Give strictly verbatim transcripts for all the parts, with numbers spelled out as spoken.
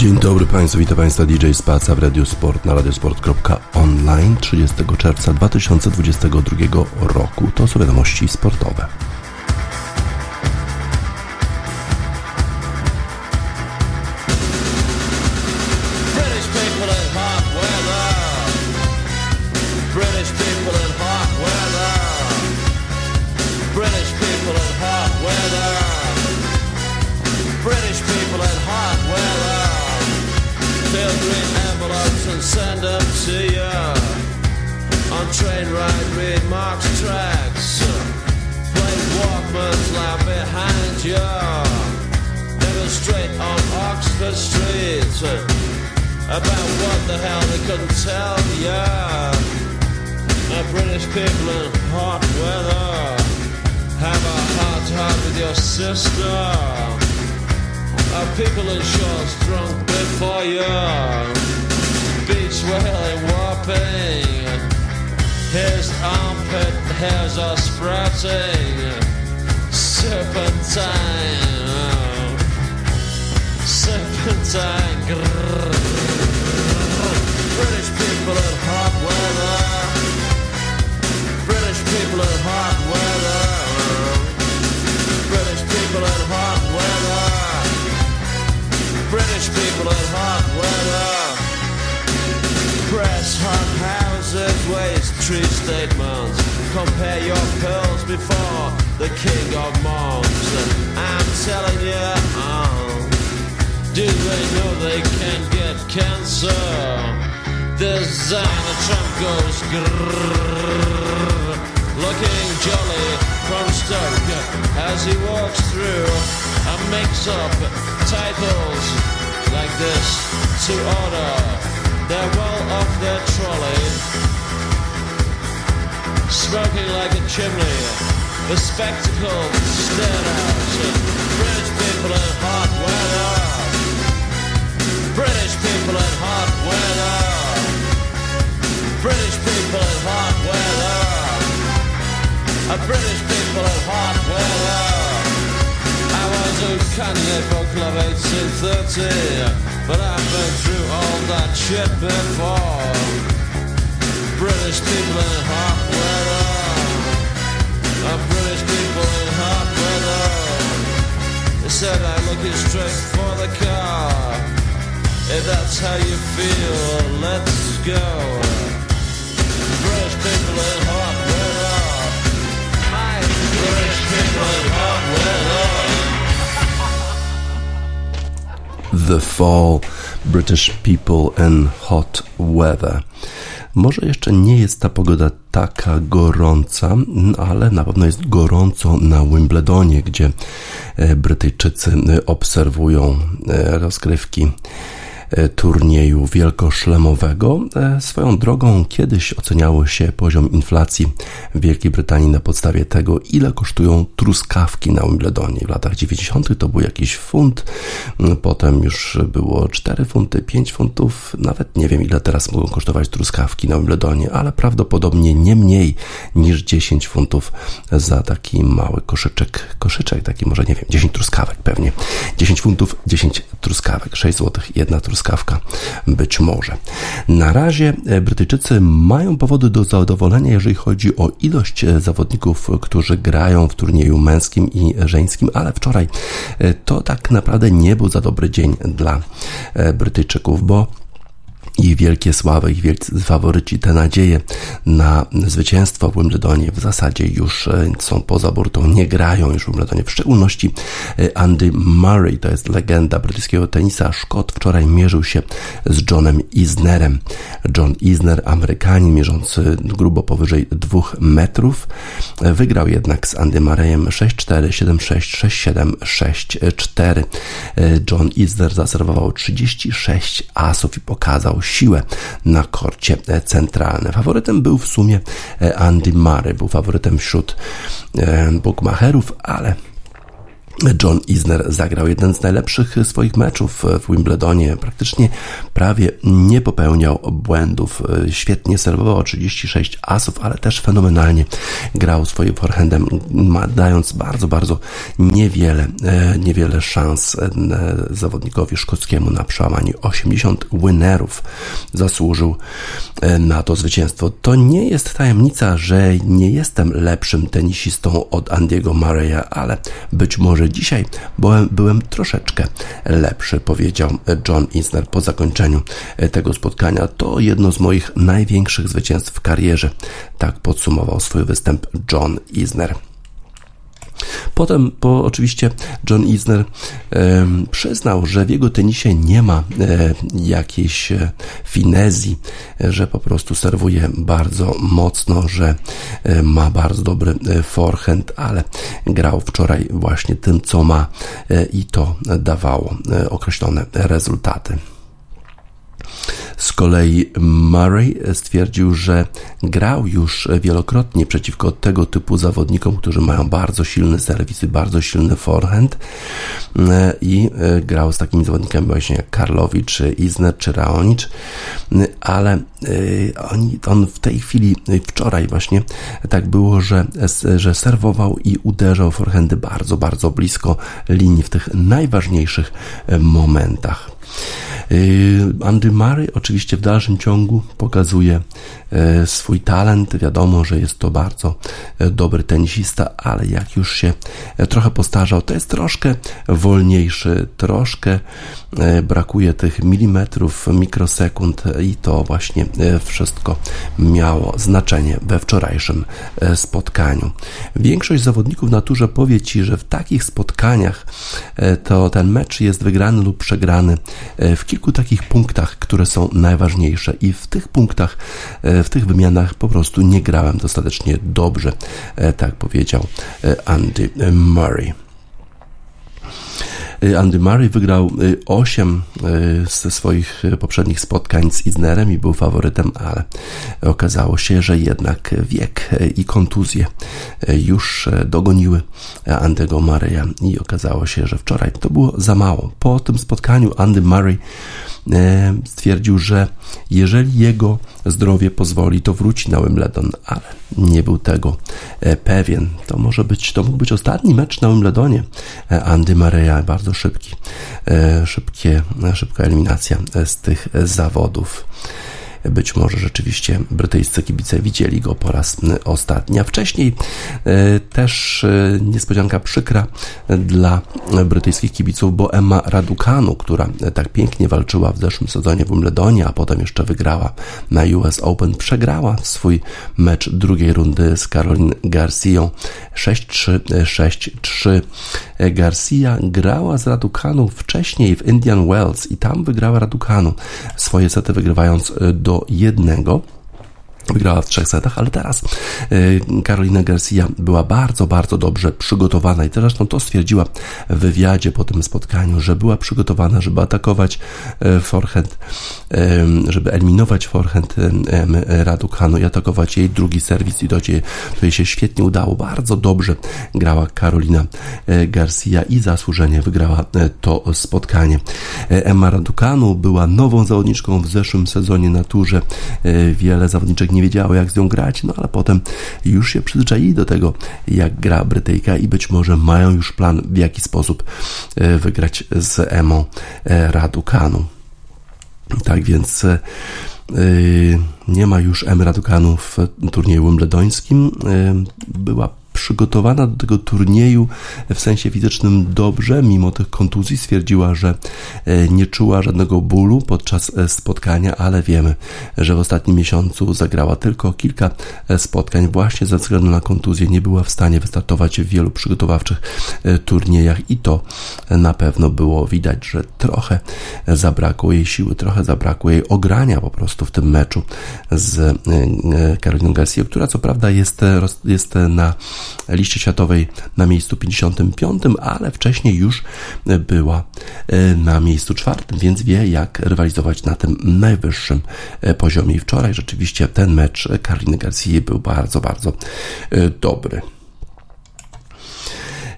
Dzień dobry Państwu, witam Państwa D J Spaca w Radio Sport na radiosport kropka online trzydziestego czerwca dwa tysiące dwudziestego drugiego roku. To są wiadomości sportowe. Send them to you on train ride, read Mark's tracks, play Walkman's loud behind you, demonstrate on Oxford Street about what the hell they couldn't tell you. Now British people in hot weather have a heart to heart with your sister. Our people in shorts drunk before you. Beach wailing, whopping. His armpit hairs are sprouting. Serpentine, serpentine. Grrr. British people in hot weather. British people in hot weather. British people in hot weather. British people in hot weather. Press hot houses, waste tree statements. Compare your pills before the king of monks. I'm telling you, um, do they know they can get cancer? Designer Trump goes grrrr, looking jolly from Stoke as he walks through a mix-up titles like this to order. They're well off their trolley, smoking like a chimney. The spectacle stared out. British people in hot weather. British people in hot weather. British people in hot weather. A British people in hot weather. I was a Kanye for Club eighteen thirty. But I've been through all that shit before. British people in hot weather. Uh, British people in hot weather. They said I'm looking straight for the car. If that's how you feel, let's go. British people in hot weather. My British people in hot weather. The Fall, British People in Hot Weather. Może jeszcze nie jest ta pogoda taka gorąca, ale na pewno jest gorąco na Wimbledonie, gdzie Brytyjczycy obserwują rozgrywki turnieju wielkoszlemowego. Swoją drogą kiedyś oceniało się poziom inflacji w Wielkiej Brytanii na podstawie tego, ile kosztują truskawki na Wimbledonie. W latach dziewięćdziesiątych to był jakiś funt, potem już było cztery funty, pięć funtów, nawet nie wiem ile teraz mogą kosztować truskawki na Wimbledonie, ale prawdopodobnie nie mniej niż dziesięć funtów za taki mały koszyczek, koszyczek taki może nie wiem, dziesięć truskawek pewnie. dziesięć funtów, dziesięć truskawek, sześć złotych, jedna truskawka. Być może. Na razie Brytyjczycy mają powody do zadowolenia, jeżeli chodzi o ilość zawodników, którzy grają w turnieju męskim i żeńskim, ale wczoraj to tak naprawdę nie był za dobry dzień dla Brytyjczyków, bo ich wielkie sławy, ich wielcy faworyci, te nadzieje na zwycięstwo w Wimbledonie w zasadzie już są poza burtą, nie grają już w Wimbledonie. W szczególności Andy Murray, to jest legenda brytyjskiego tenisa. Szkot wczoraj mierzył się z Johnem Isnerem. John Isner, Amerykanin, mierzący grubo powyżej dwóch metrów, wygrał jednak z Andy Murrayem sześć cztery, siedem sześć, sześć siedem, sześć cztery. John Isner zaserwował trzydzieści sześć asów i pokazał siłę na korcie centralnym. Faworytem był w sumie Andy Murray, był faworytem wśród bookmacherów, ale John Isner zagrał jeden z najlepszych swoich meczów w Wimbledonie. Praktycznie prawie nie popełniał błędów. Świetnie serwował, trzydzieści sześć asów, ale też fenomenalnie grał swoim forehandem, dając bardzo, bardzo niewiele, niewiele szans zawodnikowi szkockiemu na przełamanie. osiemdziesiąt winerów zasłużył na to zwycięstwo. To nie jest tajemnica, że nie jestem lepszym tenisistą od Andy'ego Murray'a, ale być może dzisiaj byłem, byłem troszeczkę lepszy, powiedział John Isner po zakończeniu tego spotkania. To jedno z moich największych zwycięstw w karierze. Tak podsumował swój występ John Isner. Potem, po, oczywiście, John Isner e, przyznał, że w jego tenisie nie ma e, jakiejś e, finezji, e, że po prostu serwuje bardzo mocno, że e, ma bardzo dobry e, forehand, ale grał wczoraj właśnie tym, co ma e, i to dawało e, określone rezultaty. Z kolei Murray stwierdził, że grał już wielokrotnie przeciwko tego typu zawodnikom, którzy mają bardzo silny serwis i bardzo silny forehand, i grał z takimi zawodnikami właśnie jak Karlowicz, czy Isner, czy Raonic, ale oni, on w tej chwili, wczoraj właśnie tak było, że, że serwował i uderzał forehandy bardzo, bardzo blisko linii w tych najważniejszych momentach. Andy Murray oczywiście w dalszym ciągu pokazuje swój talent. Wiadomo, że jest to bardzo dobry tenisista, ale jak już się trochę postarzał, to jest troszkę wolniejszy, troszkę brakuje tych milimetrów, mikrosekund i to właśnie wszystko miało znaczenie we wczorajszym spotkaniu. Większość zawodników na turze powie Ci, że w takich spotkaniach to ten mecz jest wygrany lub przegrany w kilku takich punktach, które są najważniejsze, i w tych punktach, w tych wymianach po prostu nie grałem dostatecznie dobrze, tak powiedział Andy Murray. Andy Murray wygrał osiem ze swoich poprzednich spotkań z Isnerem i był faworytem, ale okazało się, że jednak wiek i kontuzje już dogoniły Andy'ego Murray'a i okazało się, że wczoraj to było za mało. Po tym spotkaniu Andy Murray stwierdził, że jeżeli jego zdrowie pozwoli, to wróci na Wimbledon, ale nie był tego pewien. To może być, to mógł być ostatni mecz na Wimbledonie Andy Murray'a. Bardzo szybki, szybkie, szybka eliminacja z tych zawodów. Być może rzeczywiście brytyjscy kibice widzieli go po raz ostatni. A wcześniej e, też e, niespodzianka przykra dla brytyjskich kibiców, bo Emma Raducanu, która tak pięknie walczyła w zeszłym sezonie w Wimbledonie, a potem jeszcze wygrała na U S Open, przegrała swój mecz drugiej rundy z Caroline Garcią sześć trzy, sześć trzy. Garcia grała z Raducanu wcześniej w Indian Wells i tam wygrała Raducanu swoje sety, wygrywając do jednego. Wygrała w trzech setach, ale teraz Carolina Garcia była bardzo, bardzo dobrze przygotowana i zresztą to stwierdziła w wywiadzie po tym spotkaniu, że była przygotowana, żeby atakować forehand, żeby eliminować forehand Raducanu i atakować jej drugi serwis i to jej się świetnie udało. Bardzo dobrze grała Carolina Garcia i zasłużenie wygrała to spotkanie. Emma Raducanu była nową zawodniczką w zeszłym sezonie na turze. Wiele zawodniczek nie wiedziało, jak z nią grać, no ale potem już się przyzwyczaili do tego, jak gra Brytyjka i być może mają już plan, w jaki sposób wygrać z Emmą Raducanu. Tak więc yy, nie ma już Emmy Raducanu w turnieju wimbledońskim. Yy, była przygotowana do tego turnieju w sensie fizycznym dobrze, mimo tych kontuzji. Stwierdziła, że nie czuła żadnego bólu podczas spotkania, ale wiemy, że w ostatnim miesiącu zagrała tylko kilka spotkań właśnie ze względu na kontuzję. Nie była w stanie wystartować w wielu przygotowawczych turniejach i to na pewno było widać, że trochę zabrakło jej siły, trochę zabrakło jej ogrania po prostu w tym meczu z Caroliną Garcia, która co prawda jest, jest na liście światowej na miejscu pięćdziesiątym piątym, ale wcześniej już była na miejscu czwartym, więc wie, jak rywalizować na tym najwyższym poziomie. I wczoraj rzeczywiście ten mecz Caroliny Garcia był bardzo, bardzo dobry.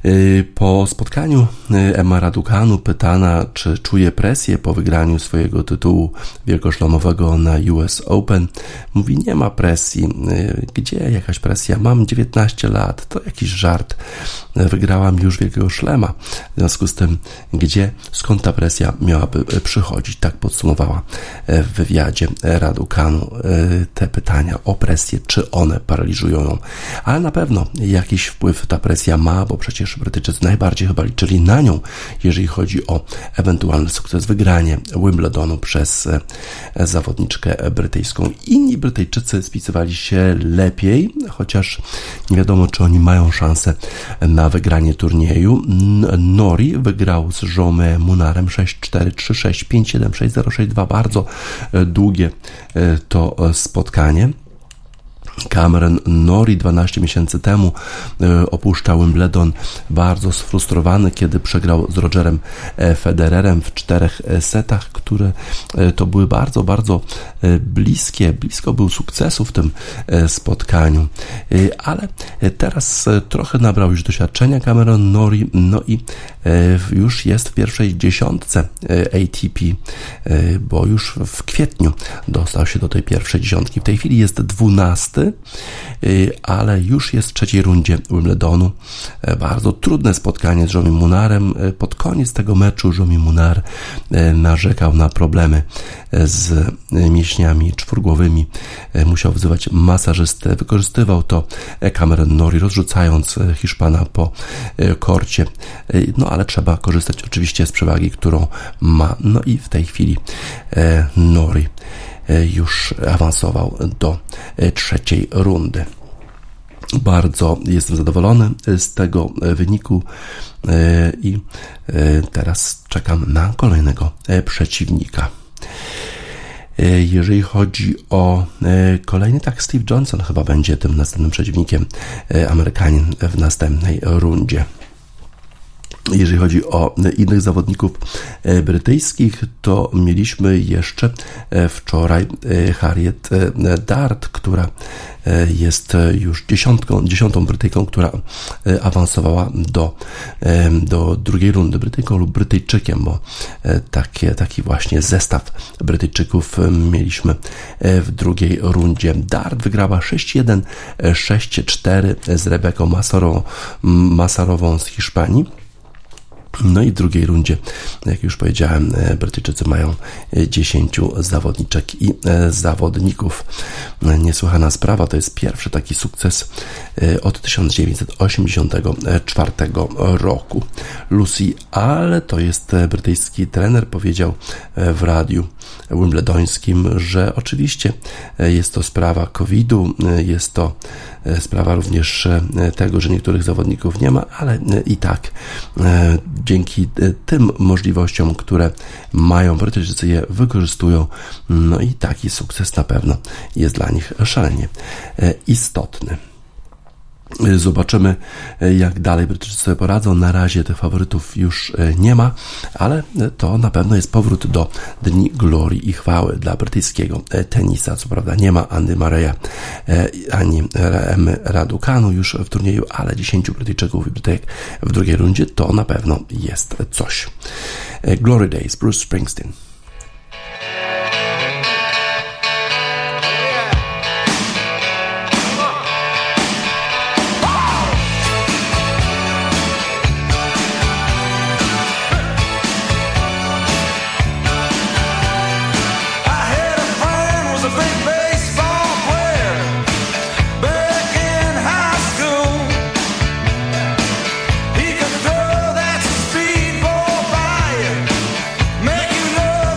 Po spotkaniu Emma Raducanu pytana, czy czuje presję po wygraniu swojego tytułu wielkoszlemowego na U S Open, mówi: nie ma presji. Gdzie jakaś presja? Mam dziewiętnaście lat, to jakiś żart. Wygrałam już wielkiego szlema. W związku z tym, gdzie, skąd ta presja miałaby przychodzić? Tak podsumowała w wywiadzie Raducanu te pytania o presję, czy one paraliżują ją. Ale na pewno jakiś wpływ ta presja ma, bo przecież Brytyjczycy najbardziej chyba liczyli na nią, jeżeli chodzi o ewentualny sukces, wygranie Wimbledonu przez zawodniczkę brytyjską. Inni Brytyjczycy spisywali się lepiej, chociaż nie wiadomo, czy oni mają szansę na wygranie turnieju. Norrie wygrał z Jaume Munarem sześć cztery, trzy sześć, pięć siedem, sześć zero, sześć dwa. Bardzo długie to spotkanie. Cameron Norrie dwanaście miesięcy temu opuszczał Wimbledon bardzo sfrustrowany, kiedy przegrał z Rogerem Federerem w czterech setach, które to były bardzo, bardzo bliskie. Blisko był sukcesu w tym spotkaniu. Ale teraz trochę nabrał już doświadczenia Cameron Norrie, no i już jest w pierwszej dziesiątce A T P, bo już w kwietniu dostał się do tej pierwszej dziesiątki. W tej chwili jest dwunasty, ale już jest w trzeciej rundzie Wimbledonu. Bardzo trudne spotkanie z Jaume Munarem. Pod koniec tego meczu Jaume Munar narzekał na problemy z mięśniami czwórgłowymi. Musiał wzywać masażystę. Wykorzystywał to Cameron Norrie, rozrzucając Hiszpana po korcie. No ale trzeba korzystać oczywiście z przewagi, którą ma. No i w tej chwili Norrie już awansował do trzeciej rundy. Bardzo jestem zadowolony z tego wyniku i teraz czekam na kolejnego przeciwnika. Jeżeli chodzi o kolejny, tak, Steve Johnson chyba będzie tym następnym przeciwnikiem, Amerykanin w następnej rundzie. Jeżeli chodzi o innych zawodników brytyjskich, to mieliśmy jeszcze wczoraj Harriet Dart, która jest już dziesiątką, dziesiątą Brytyjką, która awansowała do, do drugiej rundy. Brytyjką lub Brytyjczykiem, bo takie, taki właśnie zestaw Brytyjczyków mieliśmy w drugiej rundzie. Dart wygrała sześć jeden, sześć cztery z Rebeką Masarową, Masarową z Hiszpanii. No i w drugiej rundzie, jak już powiedziałem, Brytyjczycy mają dziesięciu zawodniczek i zawodników. Niesłychana sprawa, to jest pierwszy taki sukces od tysiąc dziewięćset osiemdziesiątego czwartego roku. Lucy Ale, to jest brytyjski trener, powiedział w radiu wimbledońskim, że oczywiście jest to sprawa kowida, jest to sprawa również tego, że niektórych zawodników nie ma, ale i tak dzięki tym możliwościom, które mają Brytyjczycy, je wykorzystują. No i taki sukces na pewno jest dla nich szalenie istotny. Zobaczymy, jak dalej Brytyjczycy sobie poradzą. Na razie tych faworytów już nie ma, ale to na pewno jest powrót do dni glorii i chwały dla brytyjskiego tenisa. Co prawda nie ma Andy Murraya ani Emmy Raducanu już w turnieju, ale dziesięciu Brytyjczyków i Brytyjek w drugiej rundzie to na pewno jest coś. Glory Days, Bruce Springsteen. Make you love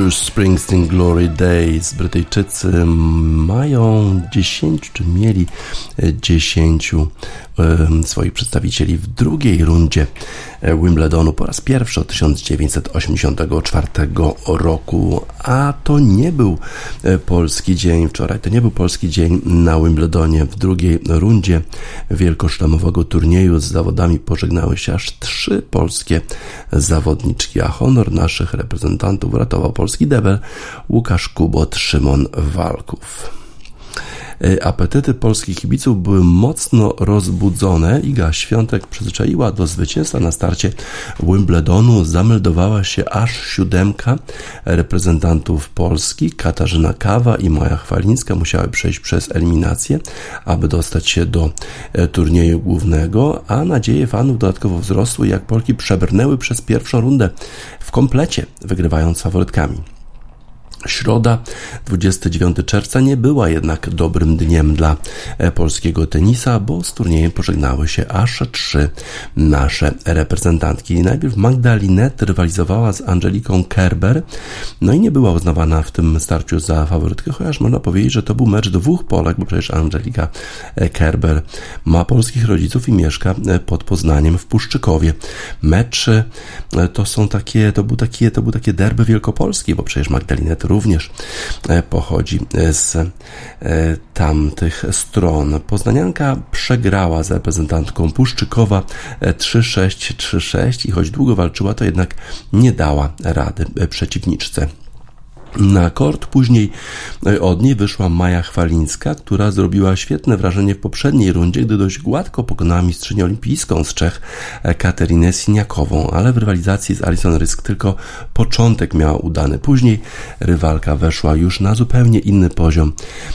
Bruce Springsteen Glory Days. Brytyjczycy mają dziesięciu, czy mieli dziesięciu swoich przedstawicieli w drugiej rundzie Wimbledonu po raz pierwszy od tysiąc dziewięćset osiemdziesiątego czwartego roku, a to nie był polski dzień wczoraj, to nie był polski dzień na Wimbledonie. W drugiej rundzie wielkoszlemowego turnieju z zawodami pożegnały się aż trzy polskie zawodniczki, a honor naszych reprezentantów ratował polski debel Łukasz Kubot, Szymon Walków. Apetyty polskich kibiców były mocno rozbudzone. Iga Świątek przyzwyczaiła do zwycięstwa na starcie Wimbledonu. Zameldowała się aż siódemka reprezentantów Polski. Katarzyna Kawa i Maja Chwalińska musiały przejść przez eliminację, aby dostać się do turnieju głównego, a nadzieje fanów dodatkowo wzrosły, jak Polki przebrnęły przez pierwszą rundę w komplecie, wygrywając faworytkami. Środa, dwudziestego dziewiątego czerwca nie była jednak dobrym dniem dla polskiego tenisa, bo z turniejem pożegnały się aż trzy nasze reprezentantki. Najpierw Magda Linette rywalizowała z Angeliką Kerber, no i nie była uznawana w tym starciu za faworytkę, chociaż można powiedzieć, że to był mecz dwóch Polek, bo przecież Angelika Kerber ma polskich rodziców i mieszka pod Poznaniem w Puszczykowie. Mecz to są takie, to był takie, to był takie derby wielkopolskie, bo przecież Magda Linette również pochodzi z tamtych stron. Poznanianka przegrała z reprezentantką Puszczykowa trzy sześć, trzy sześć i choć długo walczyła, to jednak nie dała rady przeciwniczce. Na kort później od niej wyszła Maja Chwalińska, która zrobiła świetne wrażenie w poprzedniej rundzie, gdy dość gładko pokonała mistrzynię olimpijską z Czech Katerinę Siniakową, ale w rywalizacji z Alison Rysk tylko początek miała udany. Później rywalka weszła już na zupełnie inny poziom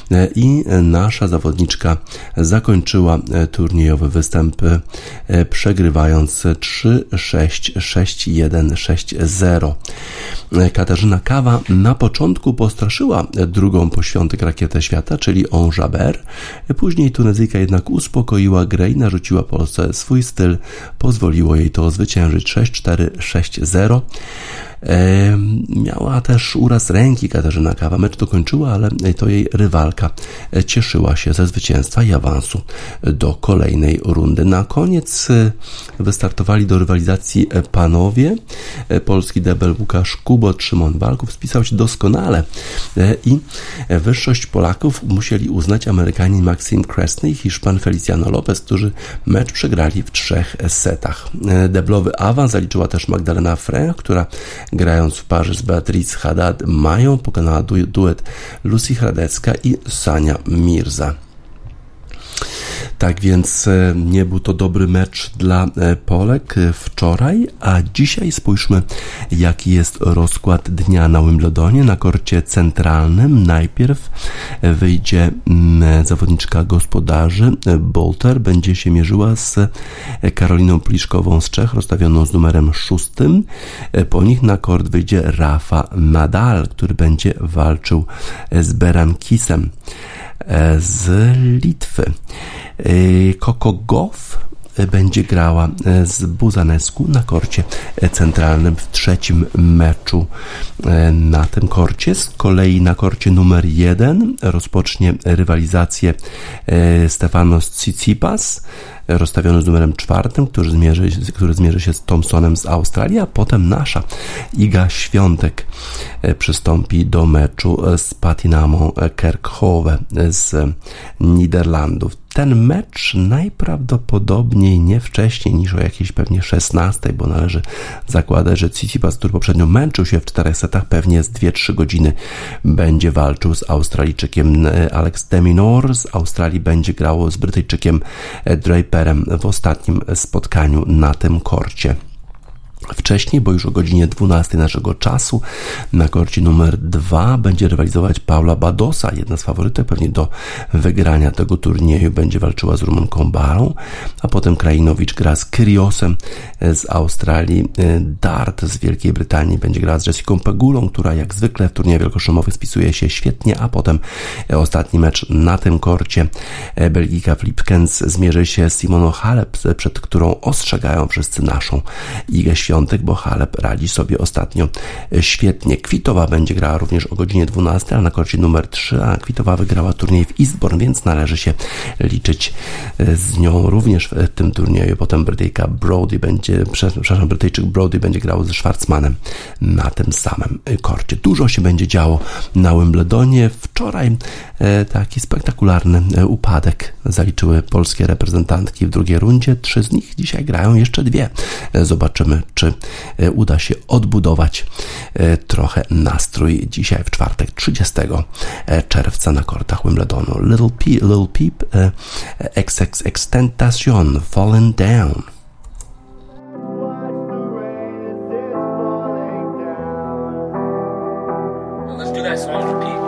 i nasza zawodniczka zakończyła turniejowy występ przegrywając trzy sześć, sześć jeden, sześć zero. Katarzyna Kawa na początku postraszyła drugą po świątek rakietę świata, czyli On Jabeur. Później Tunezyjka jednak uspokoiła grę i narzuciła Polsce swój styl. Pozwoliło jej to zwyciężyć sześć cztery, sześć zero. E, miała też uraz ręki Katarzyna Kawa. Mecz dokończyła, ale to jej rywalka cieszyła się ze zwycięstwa i awansu do kolejnej rundy. Na koniec wystartowali do rywalizacji panowie. Polski debel Łukasz Kubot, Szymon Walków spisał się doskonale i wyższość Polaków musieli uznać Amerykanie Maxime Cressy i Hiszpan Feliciano Lopez, którzy mecz przegrali w trzech setach. Deblowy awans zaliczyła też Magdalena Frey, która grając w parze z Beatrice Haddad Mają pokonała du- duet Lucy Hradecka i Sania Mirza. Tak więc nie był to dobry mecz dla Polek wczoraj, a dzisiaj spójrzmy, jaki jest rozkład dnia na Wimbledonie. Na korcie centralnym najpierw wyjdzie zawodniczka gospodarzy Bolter, będzie się mierzyła z Karoliną Pliszkową z Czech, rozstawioną z numerem szóstym. Po nich na kort wyjdzie Rafa Nadal, który będzie walczył z Berankisem z Litwy. Coco Gauff będzie grała z Buzanescu na korcie centralnym w trzecim meczu na tym korcie. Z kolei na korcie numer jeden rozpocznie rywalizację Stefanos Tsitsipas, rozstawiony z numerem czwartym, który zmierzy, który zmierzy się z Thompsonem z Australii, a potem nasza Iga Świątek przystąpi do meczu z Patinamą Kerkhove z Niderlandów. Ten mecz najprawdopodobniej nie wcześniej niż o jakiejś pewnie szesnastej, bo należy zakładać, że Tsitsipas, który poprzednio męczył się w czterech setach, pewnie z dwie trzy godziny będzie walczył z Australijczykiem. Alex de Minaur z Australii będzie grało z Brytyjczykiem Draperem w ostatnim spotkaniu na tym korcie. Wcześniej, bo już o godzinie dwunastej naszego czasu, na korcie numer dwa będzie rywalizować Paula Badosa, jedna z faworytek pewnie do wygrania tego turnieju, będzie walczyła z Rumunką Barą, a potem Krajinowicz gra z Kyrgiosem z Australii, Dart z Wielkiej Brytanii będzie grała z Jessicą Pegulą, która jak zwykle w turniejach wielkoszlemowych spisuje się świetnie, a potem ostatni mecz na tym korcie Belgijka Flipkens zmierzy się z Simoną Halep, przed którą ostrzegają wszyscy naszą Igę Świątek. Świątek, bo Halep radzi sobie ostatnio świetnie. Kwitowa będzie grała również o godzinie dwunastej, ale na korcie numer trzy, a Kwitowa wygrała turniej w Eastbourne, więc należy się liczyć z nią również w tym turnieju. Potem Brytyjka Brody będzie, przepraszam, Brytyjczyk Brody będzie grał ze Schwarzmanem na tym samym korcie. Dużo się będzie działo na Wimbledonie. Wczoraj taki spektakularny upadek zaliczyły polskie reprezentantki w drugiej rundzie. Trzy z nich dzisiaj grają, jeszcze dwie. Zobaczymy, czy uda się odbudować trochę nastrój dzisiaj w czwartek, trzydziestego czerwca na kortach Wimbledonu. Little P, Little Peep, X X X Tentacion, Falling Down. Let's do that song for Pete.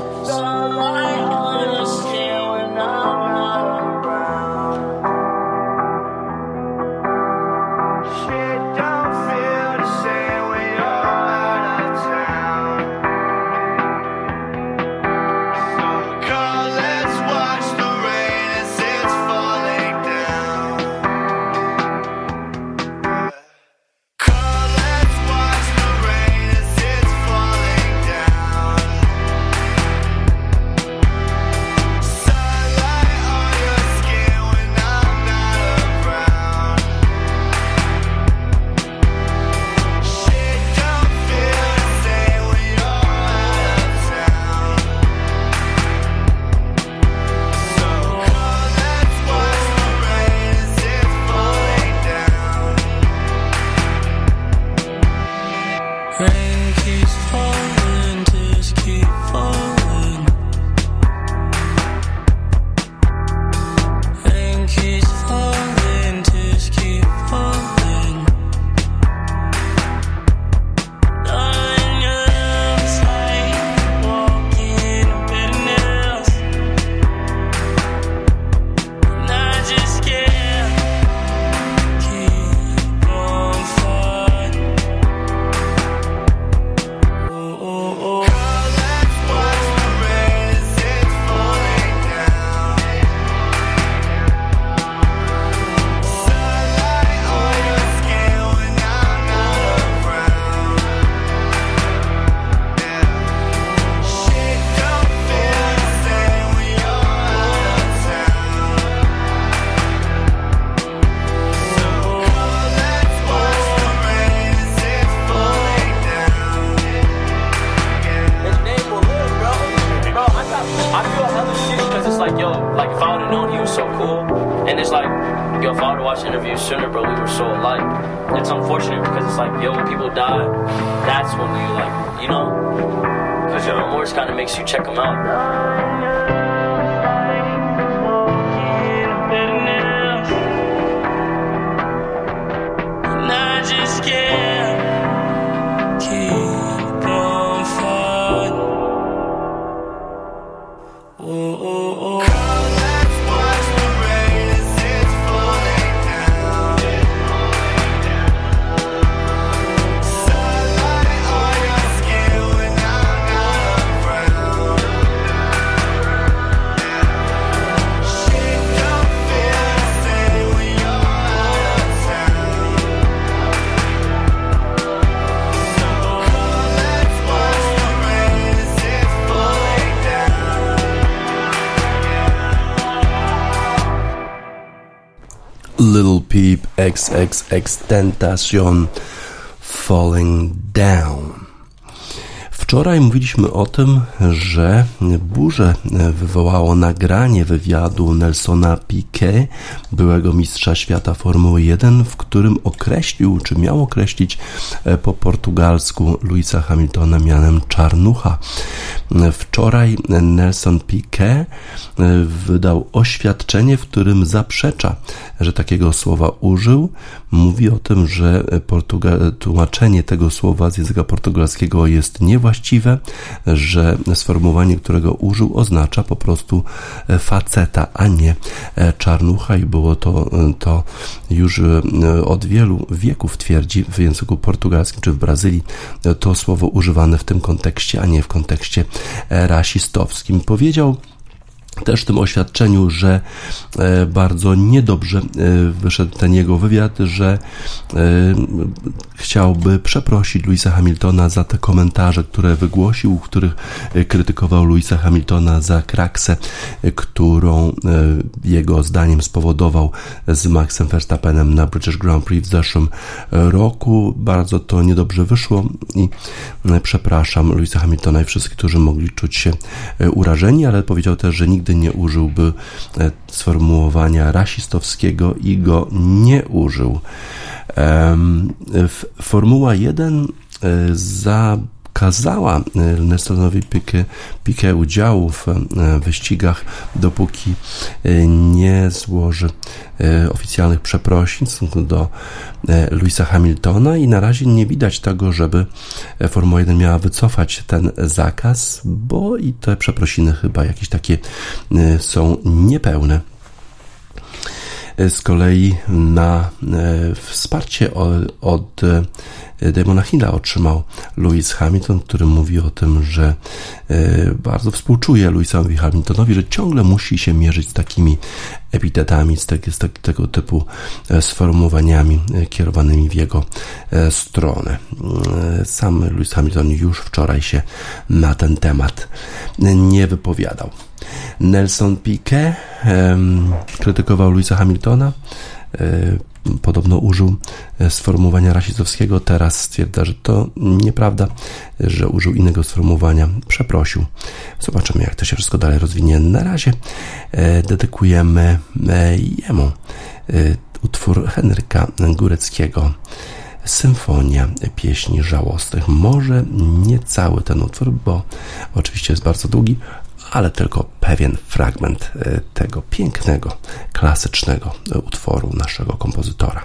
Little Peep, X X X Tentacion, Falling Down. Wczoraj mówiliśmy o tym, że burzę wywołało nagranie wywiadu Nelsona Piquet, byłego mistrza świata Formuły jeden, w którym określił, czy miał określić po portugalsku Lewisa Hamiltona mianem czarnucha. Wczoraj Nelson Piquet wydał oświadczenie, w którym zaprzecza, że takiego słowa użył. Mówi o tym, że Portuga- tłumaczenie tego słowa z języka portugalskiego jest niewłaściwe, że sformułowanie, którego użył, oznacza po prostu faceta, a nie czarnucha, i było to, to już od wielu wieków, twierdzi, w języku portugalskim czy w Brazylii to słowo używane w tym kontekście, a nie w kontekście rasistowskim. Powiedział też w tym oświadczeniu, że bardzo niedobrze wyszedł ten jego wywiad, że chciałby przeprosić Lewisa Hamiltona za te komentarze, które wygłosił, w których krytykował Lewisa Hamiltona za kraksę, którą jego zdaniem spowodował z Maxem Verstappenem na British Grand Prix w zeszłym roku. Bardzo to niedobrze wyszło i przepraszam Lewisa Hamiltona i wszystkich, którzy mogli czuć się urażeni, ale powiedział też, że nigdy nie użyłby sformułowania rasistowskiego i go nie użył. Formuła jeden zakazała Nelsonowi Piquet udziału w wyścigach, dopóki nie złoży oficjalnych przeprosin w stosunku do Lewisa Hamiltona i na razie nie widać tego, żeby Formuła jeden miała wycofać ten zakaz, bo i te przeprosiny chyba jakieś takie są niepełne. Z kolei na wsparcie od Damona Hilla otrzymał Lewis Hamilton, który mówi o tym, że bardzo współczuje Lewisowi Hamiltonowi, że ciągle musi się mierzyć z takimi epitetami, z, te, z te, tego typu sformułowaniami kierowanymi w jego stronę. Sam Lewis Hamilton już wczoraj się na ten temat nie wypowiadał. Nelson Piquet um, krytykował Lewisa Hamiltona, um, podobno użył sformułowania rasistowskiego, teraz stwierdza, że to nieprawda, że użył innego sformułowania, przeprosił. Zobaczymy, jak to się wszystko dalej rozwinie. Na razie e, dedykujemy e, jemu e, utwór Henryka Góreckiego, Symfonia pieśni żałosnych. Może nie cały ten utwór, bo oczywiście jest bardzo długi, ale tylko pewien fragment tego pięknego, klasycznego utworu naszego kompozytora.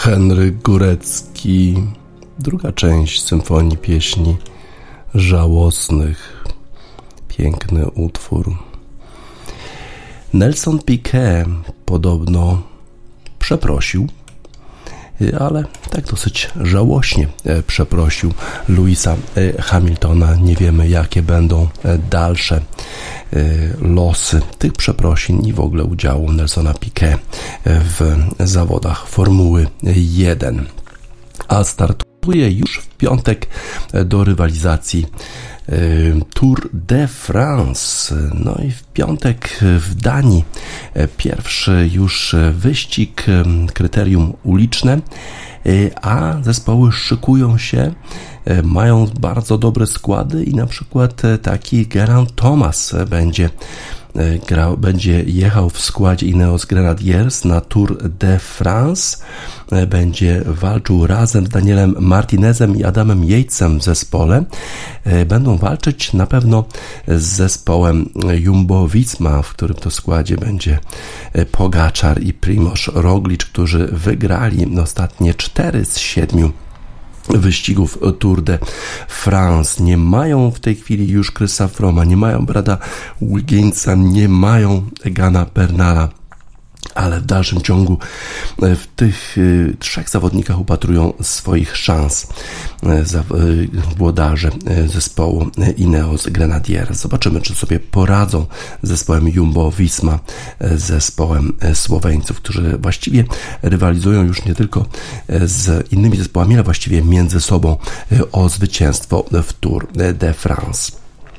Henryk Górecki, druga część Symfonii Pieśni Żałosnych. Piękny utwór. Nelson Piquet podobno przeprosił, ale tak dosyć żałośnie przeprosił Louisa Hamiltona. Nie wiemy, jakie będą dalsze losy tych przeprosin i w ogóle udziału Nelsona Piquet w zawodach Formuły jeden. A startuje już w piątek do rywalizacji Tour de France. No i w piątek w Danii pierwszy już wyścig, kryterium uliczne, a zespoły szykują się, mają bardzo dobre składy i na przykład taki Geraint Thomas będzie grał, będzie jechał w składzie Ineos Grenadiers na Tour de France, będzie walczył razem z Danielem Martinezem i Adamem Yatesem w zespole. Będą walczyć na pewno z zespołem Jumbo-Visma, w którym to składzie będzie Pogačar i Primož Roglič, którzy wygrali ostatnie cztery z siedmiu wyścigów Tour de France. Nie mają w tej chwili już Chrisa Froma, nie mają Brada Wigginsa, nie mają Egana Bernala, ale w dalszym ciągu w tych y, trzech zawodnikach upatrują swoich szans y, za, y, włodarze y, zespołu Ineos Grenadiers. Zobaczymy, czy sobie poradzą z zespołem Jumbo-Visma, y, z zespołem y, Słoweńców, którzy właściwie rywalizują już nie tylko y, z innymi zespołami, ale właściwie między sobą y, o zwycięstwo w Tour de France.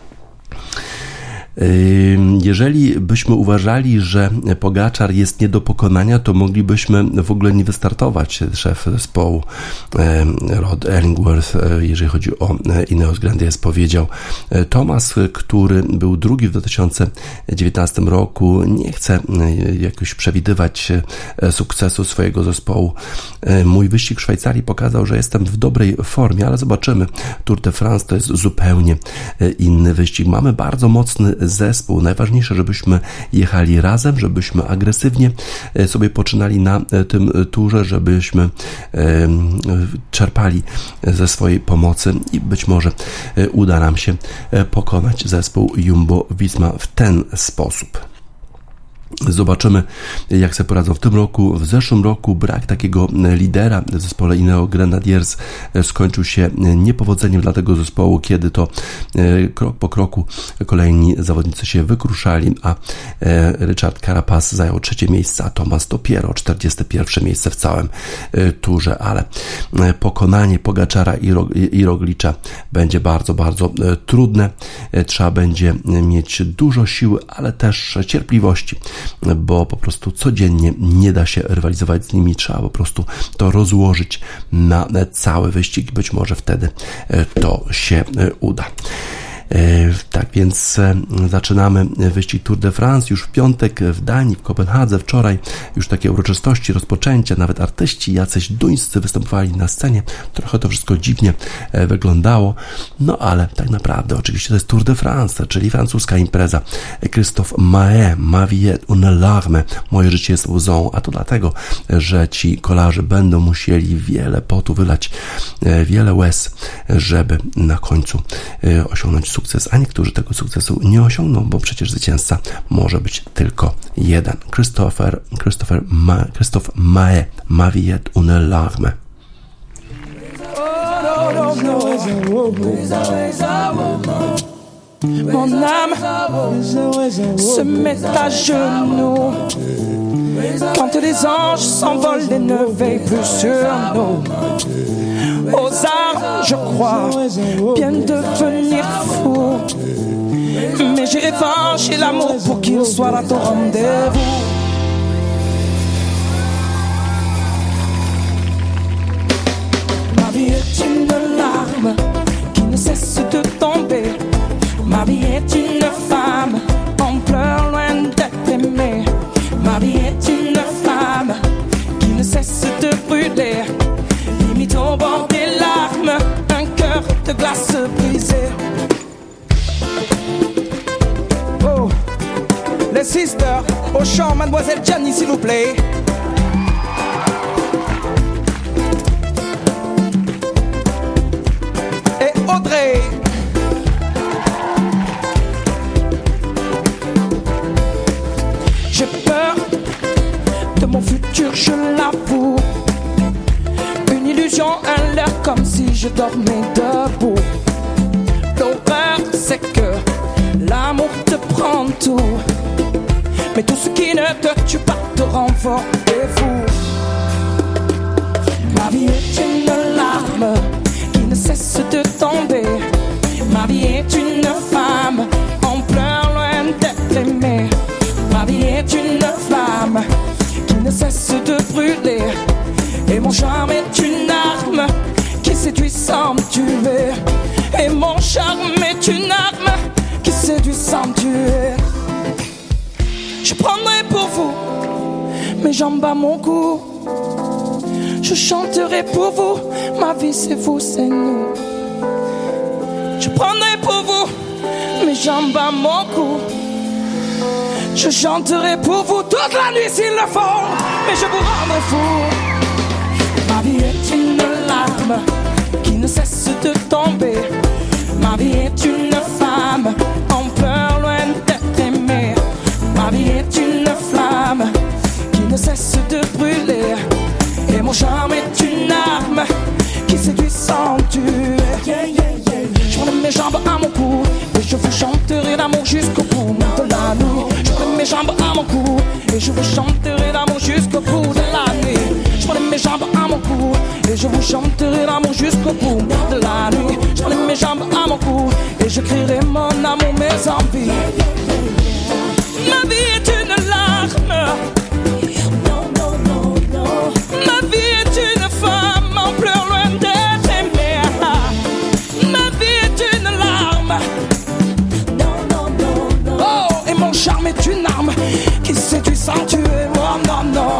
Jeżeli byśmy uważali, że Pogačar jest nie do pokonania, to moglibyśmy w ogóle nie wystartować. Szef zespołu Rod Ellingworth, jeżeli chodzi o Ineos Grenadiers, powiedział: Thomas, który był drugi w dwa tysiące dziewiętnastym roku, nie chce jakoś przewidywać sukcesu swojego zespołu. Mój wyścig w Szwajcarii pokazał, że jestem w dobrej formie, ale zobaczymy. Tour de France to jest zupełnie inny wyścig. Mamy bardzo mocny zespół. Najważniejsze, żebyśmy jechali razem, żebyśmy agresywnie sobie poczynali na tym turze, żebyśmy czerpali ze swojej pomocy i być może uda nam się pokonać zespół Jumbo-Visma w ten sposób. Zobaczymy, jak sobie poradzą w tym roku. W zeszłym roku brak takiego lidera w zespole Ineos Grenadiers skończył się niepowodzeniem dla tego zespołu, kiedy to krok po kroku kolejni zawodnicy się wykruszali, a Richard Carapaz zajął trzecie miejsce, a Thomas dopiero czterdzieste pierwsze miejsce w całym turze, ale pokonanie Pogačara i Roglicza będzie bardzo, bardzo trudne. Trzeba będzie mieć dużo siły, ale też cierpliwości, bo po prostu codziennie nie da się rywalizować z nimi, trzeba po prostu to rozłożyć na cały wyścig, być może wtedy to się uda. Tak więc zaczynamy wyścig Tour de France już w piątek w Danii, w Kopenhadze. Wczoraj już takie uroczystości rozpoczęcia, nawet artyści jacyś duńscy występowali na scenie. Trochę to wszystko dziwnie wyglądało, no ale tak naprawdę oczywiście to jest Tour de France, czyli francuska impreza. Christophe Mahé, Ma vie est une larme, moje życie jest łzą, a to dlatego, że ci kolarze będą musieli wiele potu wylać, wiele łez, żeby na końcu osiągnąć sukces. Sukces, a niektórzy tego sukcesu nie osiągną, bo przecież zwycięzca może być tylko jeden. Christopher, Christopher Ma, Christophe Mahé, Ma vie est une larme. Mon âme se met à genoux quand les anges s'envolent et ne veillent plus sur nous. Aux armes, je crois bien devenir fou, mais j'ai évanché l'amour pour qu'il soit à ton rendez-vous. Ma vie est une larme qui ne cesse de tomber. Ma vie est une femme en pleurs loin d'être aimée. Ma vie est une femme qui ne cesse de brûler, limite au bord des larmes, un cœur de glace brisé. Oh, les sisters, au chant, mademoiselle Gianni s'il vous plaît. comme si je dormais debout. L'horreur, c'est que l'amour te prend tout, mais tout ce qui ne te tue pas te rend fort et fou. Ma vie est une larme qui ne cesse de tomber. Ma vie est une femme en pleurs loin d'être aimée. Ma vie est une flamme qui ne cesse de brûler. Et mon charme est une arme qui séduit sans me tuer. Et mon charme est une arme qui séduit sans me tuer. Je prendrai pour vous mes jambes à mon cou. Je chanterai pour vous, ma vie c'est vous, c'est nous. Je prendrai pour vous mes jambes à mon cou. Je chanterai pour vous toute la nuit s'il le faut, mais je vous rendrai fou. Ma vie est une larme qui ne cesse de tomber. Ma vie est une femme en pleurs loin d'être aimée. Ma vie est une flamme qui ne cesse de brûler. Et mon charme est une arme qui séduit sans tuer. Yeah, yeah, yeah. Je prends mes jambes à mon cou et je vous chanterai d'amour jusqu'au bout de la nuit. Je prends mes jambes à mon cou et je vous chanterai d'amour jusqu'au bout de la nuit. Je prends mes jambes à mon cou et je vous chanterai d'amour jusqu'au bout de la nuit. Je prends mes jambes à mon cou et je crierai mon amour, mes envies. Ma vie est une larme. Ma vie est une femme en pleurs loin d'être aimée. Ma vie est une larme. Oh, et mon charme est une arme qui séduit sans tuer. Oh non, non.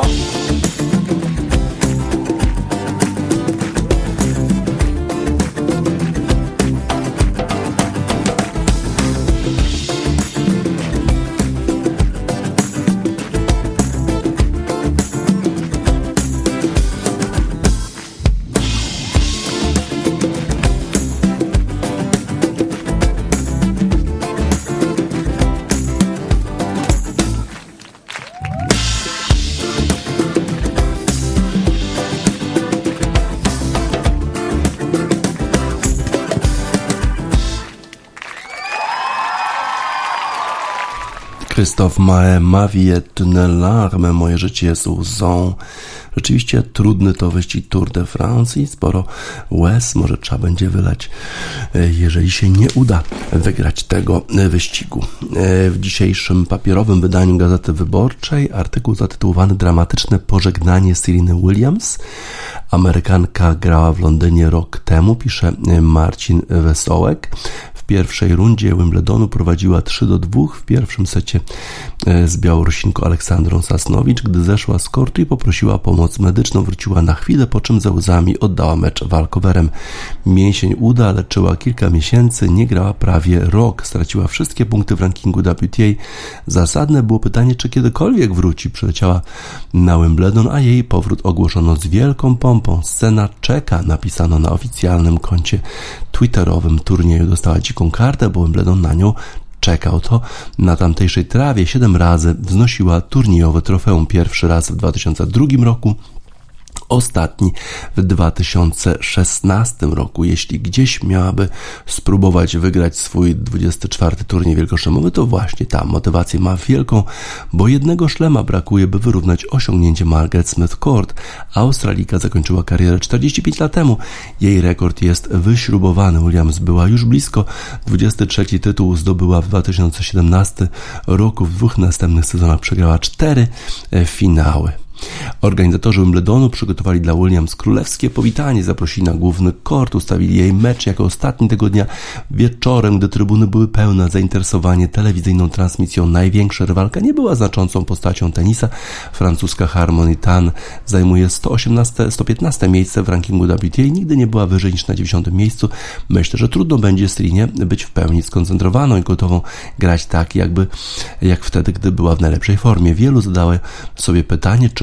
Christophe Maé, Ma vie est une larme, moje życie jest łzą. Rzeczywiście trudny to wyścig Tour de France i sporo łez może trzeba będzie wylać, jeżeli się nie uda wygrać tego wyścigu. W dzisiejszym papierowym wydaniu Gazety Wyborczej artykuł zatytułowany Dramatyczne pożegnanie Sereny Williams. Amerykanka grała w Londynie rok temu, pisze Marcin Wesołek. W pierwszej rundzie Wimbledonu prowadziła trzy do dwóch w pierwszym secie z Białorusinką Aleksandrą Sasnowicz. Gdy zeszła z kortu i poprosiła o pomoc medyczną, wróciła na chwilę, po czym ze łzami oddała mecz walkowerem. Mięsień uda leczyła kilka miesięcy, nie grała prawie rok, straciła wszystkie punkty w rankingu W T A. Zasadne było pytanie, czy kiedykolwiek wróci. Przyleciała na Wimbledon, a jej powrót ogłoszono z wielką pompą. Scena czeka, napisano na oficjalnym koncie twitterowym turnieju. Dostała dziką kartę, bo Wimbledon na nią czekał. To na tamtejszej trawie siedem razy wznosiła turniejowe trofeum. Pierwszy raz w dwa tysiące drugim roku, ostatni w dwa tysiące szesnastym roku. Jeśli gdzieś miałaby spróbować wygrać swój dwudziesty czwarty turniej wielkoszlemowy, to właśnie tam. Motywację ma wielką, bo jednego szlema brakuje, by wyrównać osiągnięcie Margaret Smith Court. Australijka zakończyła karierę czterdzieści pięć lat temu. Jej rekord jest wyśrubowany. Williams była już blisko. dwudziesty trzeci tytuł zdobyła w dwa tysiące siedemnastym roku. W dwóch następnych sezonach przegrała cztery finały. Organizatorzy Wimbledonu przygotowali dla Williams królewskie powitanie, zaprosili na główny kort, ustawili jej mecz jako ostatni tego dnia wieczorem, gdy trybuny były pełne. Zainteresowanie telewizyjną transmisją największa rywalka nie była znaczącą postacią tenisa. Francuska Harmony Tan zajmuje sto osiemnaste, sto piętnaste miejsce w rankingu W T A i nigdy nie była wyżej niż na dziewiątym miejscu. Myślę, że trudno będzie Serynie być w pełni skoncentrowaną i gotową grać tak, jakby jak wtedy, gdy była w najlepszej formie. Wielu zadało sobie pytanie, czy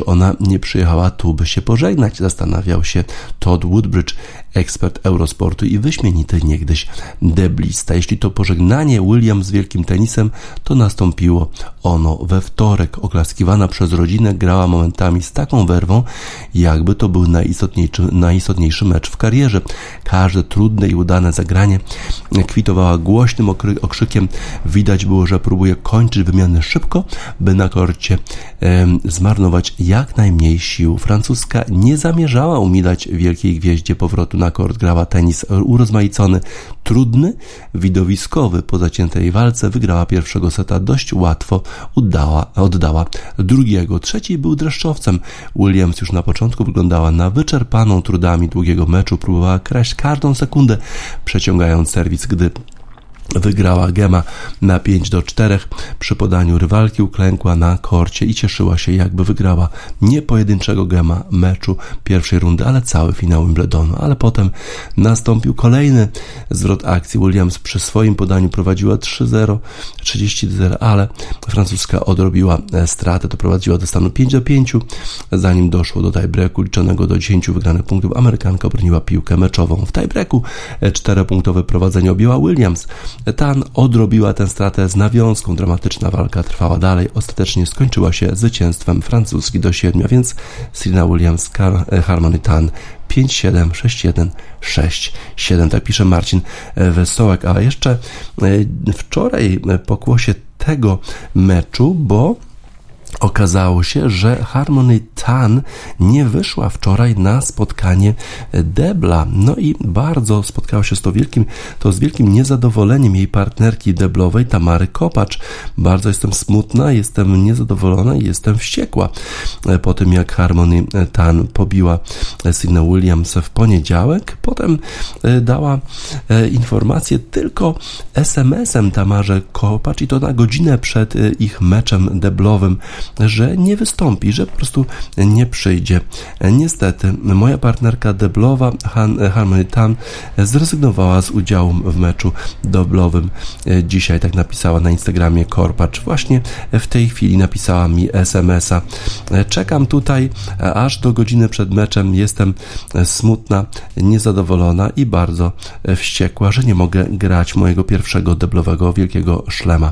ona nie przyjechała tu, by się pożegnać, zastanawiał się Todd Woodbridge, ekspert Eurosportu i wyśmienity niegdyś deblista. Jeśli to pożegnanie Williams z wielkim tenisem, to nastąpiło ono we wtorek. Oklaskiwana przez rodzinę, grała momentami z taką werwą, jakby to był najistotniejszy, najistotniejszy mecz w karierze. Każde trudne i udane zagranie kwitowała głośnym okry- okrzykiem. Widać było, że próbuje kończyć wymiany szybko, by na korcie e, zmarnować jak najmniej sił. Francuska nie zamierzała umilać wielkiej gwieździe powrotu na kort. Grała tenis urozmaicony, trudny, widowiskowy. Po zaciętej walce wygrała pierwszego seta dość łatwo, oddała, oddała drugiego. Trzeci był dreszczowcem. Williams już na początku wyglądała na wyczerpaną trudami długiego meczu. Próbowała kraść każdą sekundę, przeciągając serwis, gdy wygrała gema na pięć do czterech. Przy podaniu rywalki uklękła na korcie i cieszyła się, jakby wygrała nie pojedynczego gema meczu pierwszej rundy, ale cały finał Wimbledonu. Ale potem nastąpił kolejny zwrot akcji. Williams przy swoim podaniu prowadziła trzy zero, trzydzieści do zera, ale francuska odrobiła stratę, doprowadziła do stanu pięć do pięciu. Zanim doszło do tiebreaku liczonego do dziesięciu wygranych punktów, Amerykanka obroniła piłkę meczową. W tiebreaku czteropunktowe prowadzenie objęła Williams. Tan odrobiła tę stratę z nawiązką. Dramatyczna walka trwała dalej. Ostatecznie skończyła się zwycięstwem francuski do siedmiu, a więc Serena Williams, Harmony Tan pięć siedem, sześć jeden, sześć siedem. Tak pisze Marcin Wesołek. A jeszcze wczoraj pokłosie tego meczu, bo okazało się, że Harmony Tan nie wyszła wczoraj na spotkanie debla. No i bardzo spotkała się z to wielkim, to z wielkim niezadowoleniem jej partnerki deblowej Tamary Kopacz. Bardzo jestem smutna, jestem niezadowolona i jestem wściekła po tym, jak Harmony Tan pobiła Serena Williams w poniedziałek. Potem dała informację tylko es em esem Tamarze Kopacz i to na godzinę przed ich meczem deblowym, że nie wystąpi, że po prostu nie przyjdzie. Niestety, moja partnerka deblowa Harmony Tan zrezygnowała z udziału w meczu deblowym dzisiaj, tak napisała na Instagramie Korpacz. Właśnie w tej chwili napisała mi es em esa. Czekam tutaj aż do godziny przed meczem. Jestem smutna, niezadowolona i bardzo wściekła, że nie mogę grać mojego pierwszego deblowego wielkiego szlema.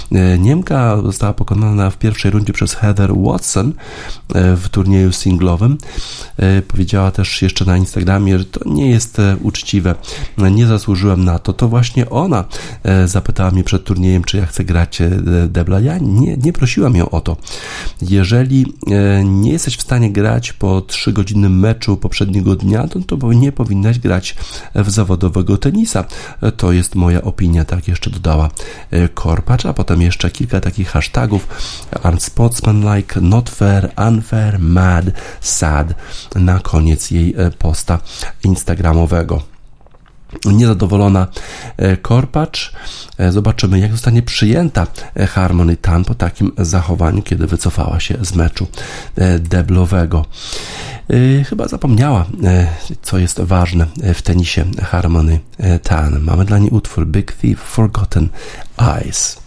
Niemka została pokonana w pierwszej rundzie przez Heather Watson w turnieju singlowym. Powiedziała też jeszcze na Instagramie, że to nie jest uczciwe, nie zasłużyłem na to. To właśnie ona zapytała mnie przed turniejem, czy ja chcę grać debla. Ja nie, nie prosiłam ją o to. Jeżeli nie jesteś w stanie grać po trzygodzinnym meczu poprzedniego dnia, to, to nie powinnaś grać w zawodowego tenisa. To jest moja opinia, tak jeszcze dodała Korpacz, a potem jeszcze kilka takich hashtagów: unsportsmanlike, not fair, unfair, mad, sad na koniec jej posta instagramowego. Niezadowolona Korpacz. Zobaczymy, jak zostanie przyjęta Harmony Tan po takim zachowaniu, kiedy wycofała się z meczu deblowego. Chyba zapomniała, co jest ważne w tenisie Harmony Tan. Mamy dla niej utwór Big Thief, Forgotten Eyes.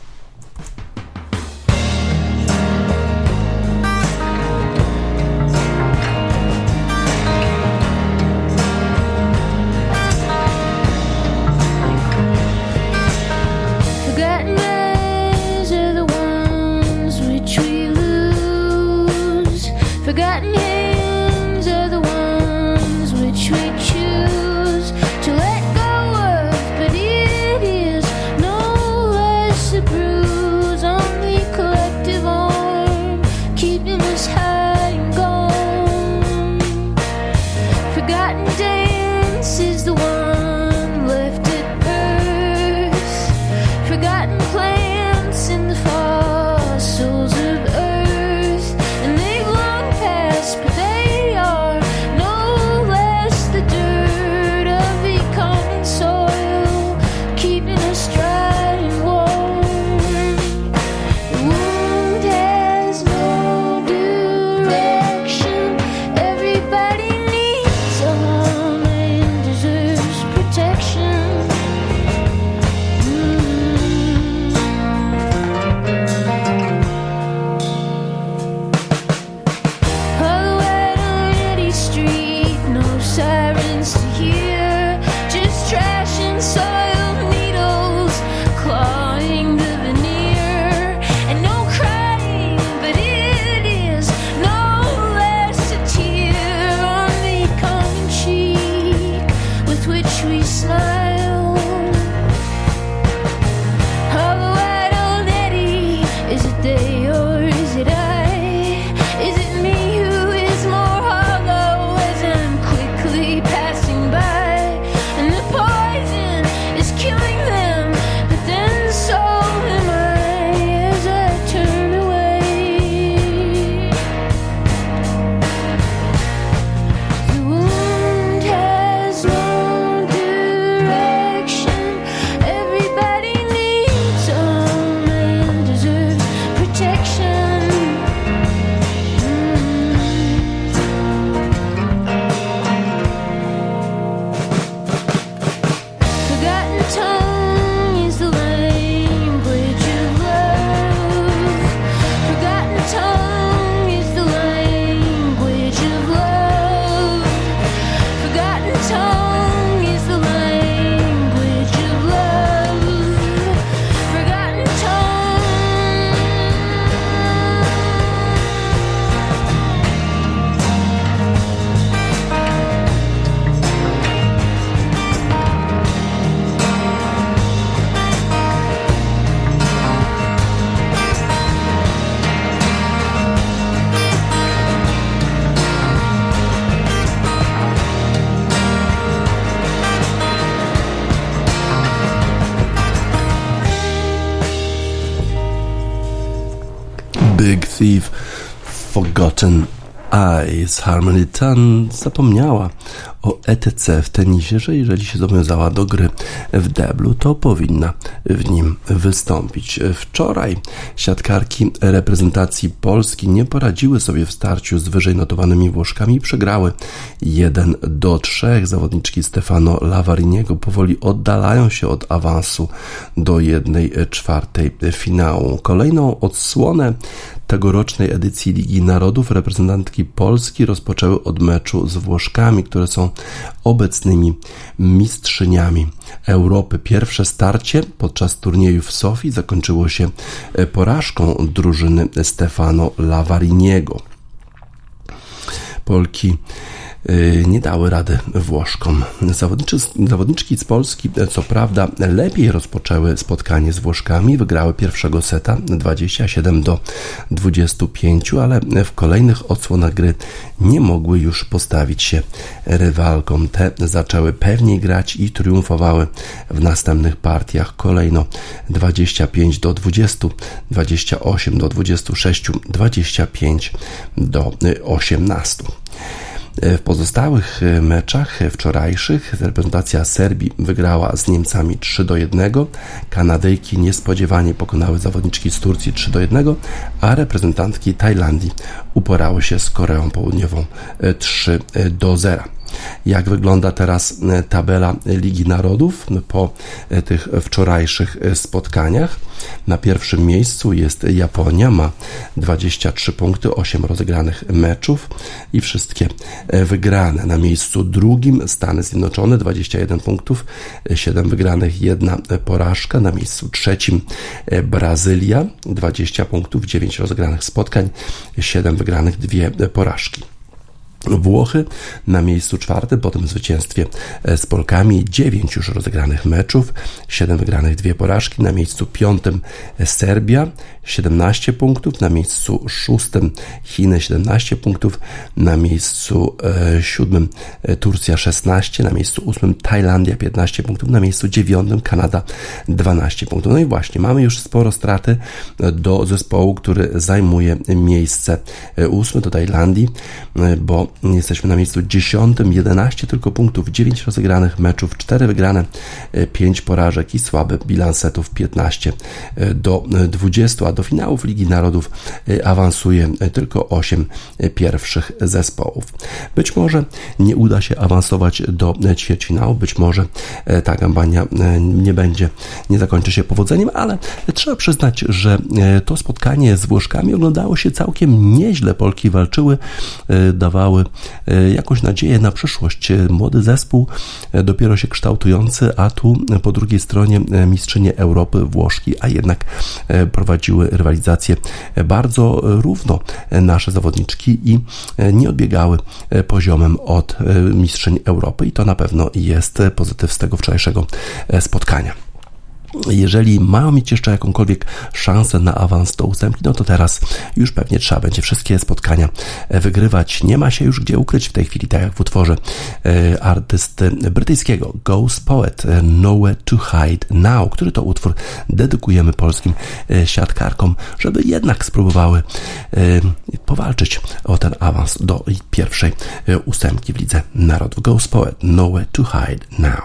Forgotten hands are the ones which we choose to let go of, but it is no less a last to hear. Just trash and soiled needles clawing the veneer. And no crying, but it is no less a tear on the common cheek with which we smile. How the wide old eddy, is it they or is it I? Is it me who is more hollow as I'm quickly passing by? And the poison is killing them, but then so am I as I turn away. The wound has no direction. Everybody needs some and deserves protection. Forgotten tongue is the language of love. Forgotten tongue is the language of love. Forgotten tongue is the language of love. Forgotten tongue. Big Thief, Forgotten Eyes. Harmony Tan zapomniała o E T C w tenisie, że jeżeli się zobowiązała do gry w deblu, to powinna w nim wystąpić. Wczoraj siatkarki reprezentacji Polski nie poradziły sobie w starciu z wyżej notowanymi Włoszkami i przegrały jeden do trzech. Zawodniczki Stefano Lavariniego powoli oddalają się od awansu do jednej czwartej finału. Kolejną odsłonę tegorocznej edycji Ligi Narodów reprezentantki Polski rozpoczęły od meczu z Włoszkami, które są obecnymi mistrzyniami Europy. Pierwsze starcie podczas turnieju w Sofii zakończyło się porażką drużyny Stefano Lavariniego. Polki nie dały rady Włoszkom. Zawodniczy, zawodniczki z Polski co prawda lepiej rozpoczęły spotkanie z Włoszkami, wygrały pierwszego seta dwadzieścia siedem do dwudziestu pięciu, ale w kolejnych odsłonach gry nie mogły już postawić się rywalkom. Te zaczęły pewniej grać i triumfowały w następnych partiach. Kolejno dwadzieścia pięć do dwudziestu, dwadzieścia osiem do dwudziestu sześciu, dwadzieścia pięć do osiemnastu. W pozostałych meczach wczorajszych reprezentacja Serbii wygrała z Niemcami trzy do jednego, Kanadyjki niespodziewanie pokonały zawodniczki z Turcji trzy do jednego, a reprezentantki Tajlandii uporały się z Koreą Południową trzy do zera. Jak wygląda teraz tabela Ligi Narodów po tych wczorajszych spotkaniach? Na pierwszym miejscu jest Japonia, ma dwadzieścia trzy punkty, osiem rozegranych meczów i wszystkie wygrane. Na miejscu drugim Stany Zjednoczone, dwadzieścia jeden punktów, siedem wygranych, jedna porażka. Na miejscu trzecim Brazylia, dwadzieścia punktów, dziewięć rozegranych spotkań, siedem wygranych, dwie porażki. Włochy na miejscu czwartym po tym zwycięstwie z Polkami, dziewięć już rozegranych meczów, siedem wygranych, dwie porażki. Na miejscu piątym Serbia, siedemnaście punktów, na miejscu szóstym Chiny, siedemnaście punktów, na miejscu e, siódmym Turcja, szesnaście, na miejscu ósmym Tajlandia, piętnaście punktów, na miejscu dziewiątym Kanada, dwanaście punktów. No i właśnie, mamy już sporo straty do zespołu, który zajmuje miejsce ósme, do Tajlandii, bo jesteśmy na miejscu dziesiątym, jedenaście tylko punktów, dziewięć rozegranych meczów, cztery wygrane, pięć porażek i słaby bilans setów, piętnaście do dwudziestu, a do finałów Ligi Narodów awansuje tylko osiem pierwszych zespołów. Być może nie uda się awansować do ćwierćfinału, być może ta kampania nie będzie, nie zakończy się powodzeniem, ale trzeba przyznać, że to spotkanie z Włoszkami oglądało się całkiem nieźle. Polki walczyły, dawały dawały jakąś nadzieję na przyszłość. Młody zespół, dopiero się kształtujący, a tu po drugiej stronie mistrzynie Europy, Włoszki, a jednak prowadziły rywalizację bardzo równo nasze zawodniczki i nie odbiegały poziomem od mistrzyń Europy i to na pewno jest pozytyw z tego wczorajszego spotkania. Jeżeli mają mieć jeszcze jakąkolwiek szansę na awans do ósemki, no to teraz już pewnie trzeba będzie wszystkie spotkania wygrywać. Nie ma się już gdzie ukryć w tej chwili, tak jak w utworze artysty brytyjskiego Ghost Poet Nowhere to Hide Now, który to utwór dedykujemy polskim siatkarkom, żeby jednak spróbowały powalczyć o ten awans do pierwszej ósemki w Lidze Narodów. Ghost Poet Nowhere to Hide Now.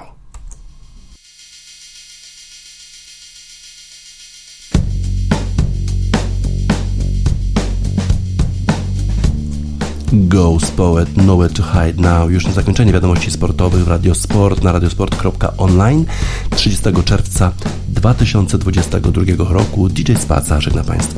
Ghost Poet Nowhere to Hide Now. Już na zakończenie wiadomości sportowych w Radiosport na radiosport kropka online trzydziestego czerwca dwa tysiące dwudziestego drugiego roku. D J Spaca żegna Państwa.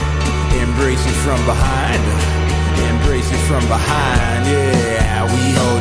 Embrace it from behind, embrace it from behind, yeah, we hold